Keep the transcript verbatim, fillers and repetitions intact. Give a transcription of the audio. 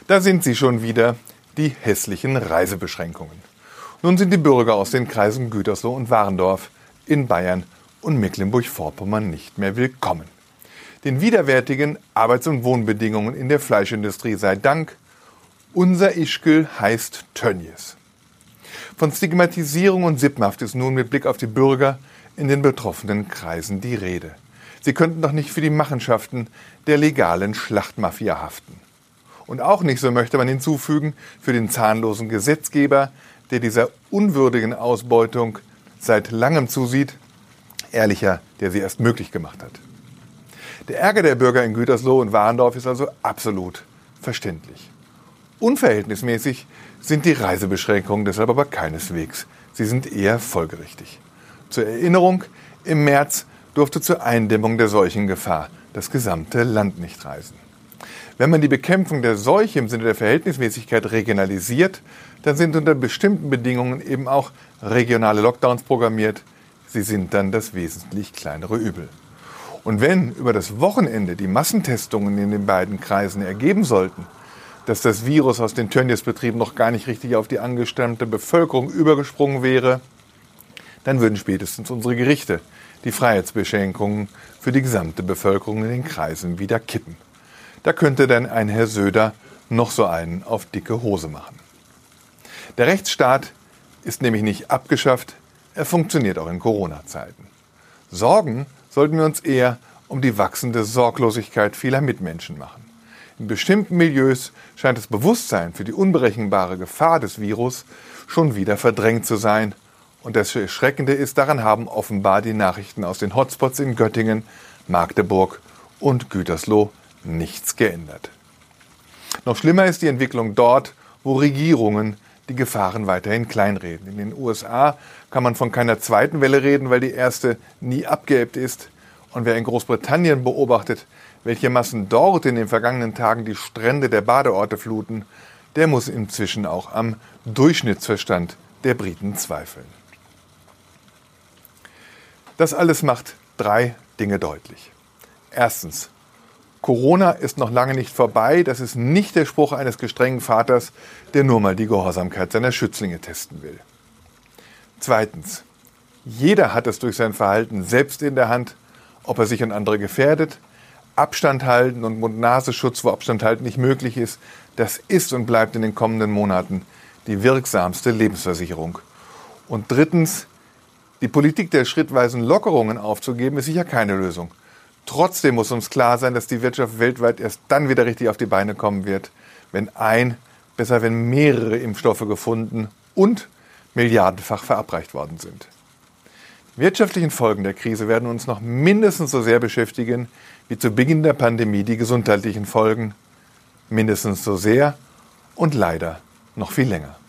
Da sind sie schon wieder, die hässlichen Reisebeschränkungen. Nun sind die Bürger aus den Kreisen Gütersloh und Warendorf in Bayern und Mecklenburg-Vorpommern nicht mehr willkommen. Den widerwärtigen Arbeits- und Wohnbedingungen in der Fleischindustrie sei Dank, unser Ischgl heißt Tönnies. Von Stigmatisierung und Sippenhaft ist nun mit Blick auf die Bürger in den betroffenen Kreisen die Rede. Sie könnten doch nicht für die Machenschaften der legalen Schlachtmafia haften. Und auch nicht, so möchte man hinzufügen, für den zahnlosen Gesetzgeber, der dieser unwürdigen Ausbeutung seit langem zusieht, ehrlicher, der sie erst möglich gemacht hat. Der Ärger der Bürger in Gütersloh und Warendorf ist also absolut verständlich. Unverhältnismäßig sind die Reisebeschränkungen deshalb aber keineswegs. Sie sind eher folgerichtig. Zur Erinnerung, im März durfte zur Eindämmung der Seuchengefahr das gesamte Land nicht reisen. Wenn man die Bekämpfung der Seuche im Sinne der Verhältnismäßigkeit regionalisiert, dann sind unter bestimmten Bedingungen eben auch regionale Lockdowns programmiert. Sie sind dann das wesentlich kleinere Übel. Und wenn über das Wochenende die Massentestungen in den beiden Kreisen ergeben sollten, dass das Virus aus den Tönnies-Betrieben noch gar nicht richtig auf die angestammte Bevölkerung übergesprungen wäre, dann würden spätestens unsere Gerichte die Freiheitsbeschränkungen für die gesamte Bevölkerung in den Kreisen wieder kippen. Da könnte dann ein Herr Söder noch so einen auf dicke Hose machen. Der Rechtsstaat ist nämlich nicht abgeschafft, er funktioniert auch in Corona-Zeiten. Sorgen sollten wir uns eher um die wachsende Sorglosigkeit vieler Mitmenschen machen. In bestimmten Milieus scheint das Bewusstsein für die unberechenbare Gefahr des Virus schon wieder verdrängt zu sein. Und das Erschreckende ist, daran haben offenbar die Nachrichten aus den Hotspots in Göttingen, Magdeburg und Gütersloh nichts geändert. Noch schlimmer ist die Entwicklung dort, wo Regierungen die Gefahren weiterhin kleinreden. In den U S A kann man von keiner zweiten Welle reden, weil die erste nie abgeebbt ist. Und wer in Großbritannien beobachtet, welche Massen dort in den vergangenen Tagen die Strände der Badeorte fluten, der muss inzwischen auch am Durchschnittsverstand der Briten zweifeln. Das alles macht drei Dinge deutlich. Erstens, Corona ist noch lange nicht vorbei. Das ist nicht der Spruch eines gestrengen Vaters, der nur mal die Gehorsamkeit seiner Schützlinge testen will. Zweitens, jeder hat es durch sein Verhalten selbst in der Hand, ob er sich und andere gefährdet. Abstand halten und Mund-Nasenschutz, wo Abstand halten nicht möglich ist, das ist und bleibt in den kommenden Monaten die wirksamste Lebensversicherung. Und drittens, die Politik der schrittweisen Lockerungen aufzugeben, ist sicher keine Lösung. Trotzdem muss uns klar sein, dass die Wirtschaft weltweit erst dann wieder richtig auf die Beine kommen wird, wenn ein, besser wenn mehrere Impfstoffe gefunden und milliardenfach verabreicht worden sind. Die wirtschaftlichen Folgen der Krise werden uns noch mindestens so sehr beschäftigen wie zu Beginn der Pandemie die gesundheitlichen Folgen. Mindestens so sehr und leider noch viel länger.